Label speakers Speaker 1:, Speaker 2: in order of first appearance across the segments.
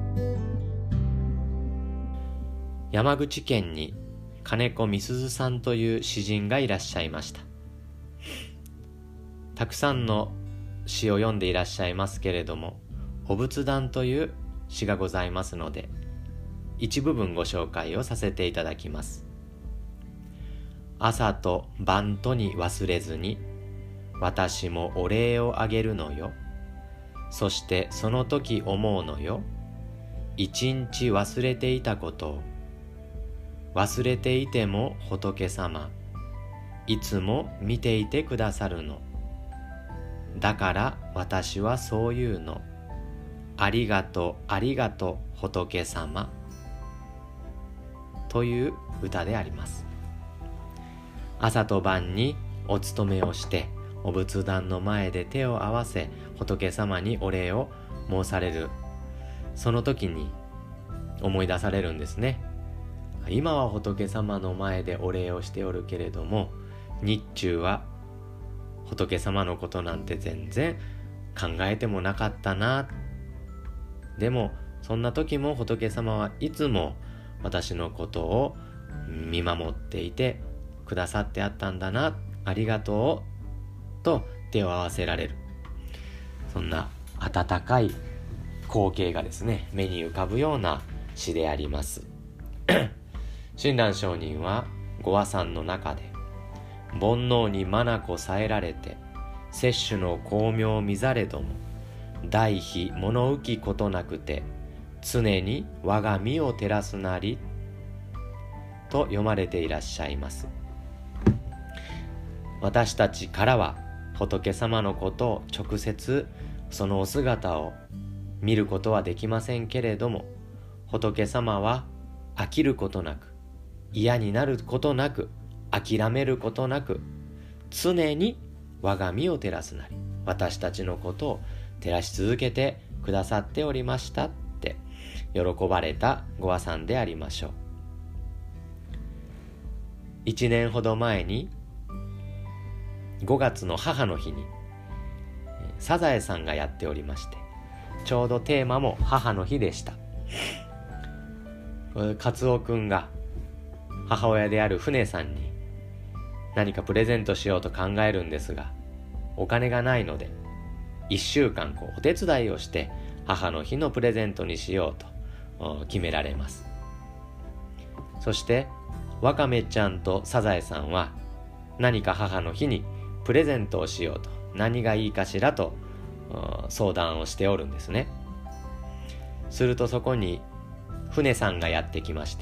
Speaker 1: 山口県に金子みすずさんという詩人がいらっしゃいました。たくさんの詩を読んでいらっしゃいますけれども、お仏壇という詩がございますので、一部分ご紹介をさせていただきます。朝と晩とに忘れずに、私もお礼をあげるのよ。そしてその時思うのよ。一日忘れていたことを。忘れていても仏様、いつも見ていてくださるの。だから私はそう言うの。ありがとう、ありがとう、仏様。という歌であります。朝と晩にお勤めをして、お仏壇の前で手を合わせ、仏様にお礼を申される。その時に思い出されるんですね。今は仏様の前でお礼をしておるけれども、日中は仏様のことなんて全然考えてもなかったな。でもそんな時も仏様はいつも私のことを見守っていてくださってあったんだな、ありがとうと手を合わせられる。そんな温かい光景がですね、目に浮かぶような詩であります。親鸞上人は御話賛の中で、煩悩に眼さえられて、摂取の巧妙見ざれども、大悲物浮きことなくて、常に我が身を照らすなり、と読まれていらっしゃいます。私たちからは仏様のことを直接そのお姿を見ることはできませんけれども、仏様は飽きることなく、嫌になることなく、諦めることなく、常に我が身を照らすなり、私たちのことを照らし続けてくださっておりましたって喜ばれた御話賛でありましょう。1年ほど前に5月の母の日にサザエさんがやっておりまして、ちょうどテーマも母の日でした。カツオくんが母親である船さんに何かプレゼントしようと考えるんですが、お金がないので1週間お手伝いをして母の日のプレゼントにしようと決められます。そしてワカメちゃんとサザエさんは何か母の日にプレゼントをしようと、何がいいかしらと相談をしておるんですね。するとそこに船さんがやってきまして、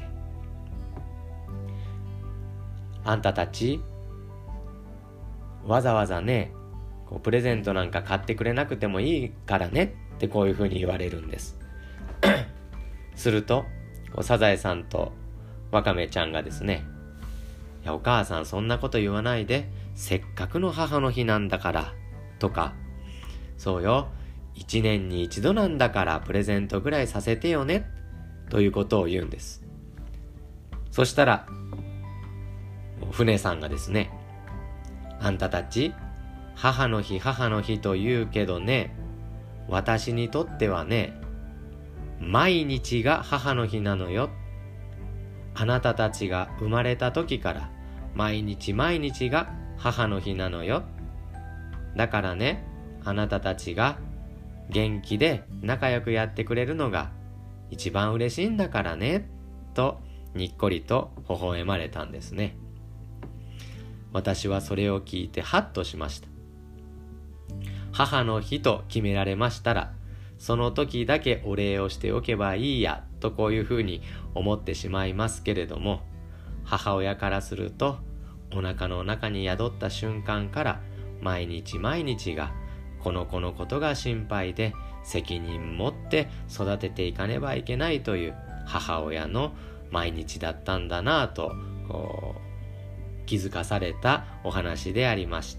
Speaker 1: あんたたちわざわざね、プレゼントなんか買ってくれなくてもいいからねってこういうふうに言われるんです。するとサザエさんとワカメちゃんがですね、いやお母さんそんなこと言わないで、せっかくの母の日なんだからとか、そうよ、1年に1度なんだからプレゼントぐらいさせてよねということを言うんです。そしたら船さんがですね、あんたたち母の日母の日と言うけどね、私にとってはね、毎日が母の日なのよ。あなたたちが生まれた時から毎日毎日が母の日なのよ。だからね、あなたたちが元気で仲良くやってくれるのが一番嬉しいんだからね、とにっこりと微笑まれたんですね。私はそれを聞いてハッとしました。母の日と決められましたら、その時だけお礼をしておけばいいやとこういうふうに思ってしまいますけれども、母親からするとお腹の中に宿った瞬間から毎日毎日がこの子のことが心配で責任持って育てていかねばいけないという母親の毎日だったんだなぁと気づかされたお話でありました。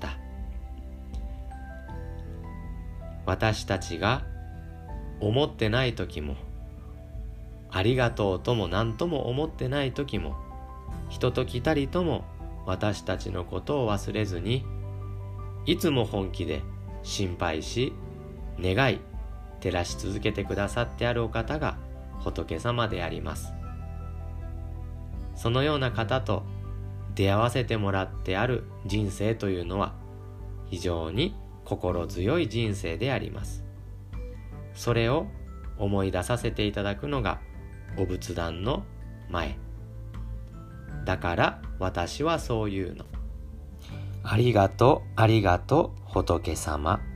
Speaker 1: 私たちが思ってない時も、ありがとうとも何とも思ってない時も、人と来たりとも私たちのことを忘れずに、いつも本気で心配し願い照らし続けてくださってあるお方が仏様であります。そのような方と出会わせてもらってある人生というのは非常に心強い人生であります。それを思い出させていただくのがお仏壇の前。だから私はそういうの。ありがとう、ありがとう、仏様。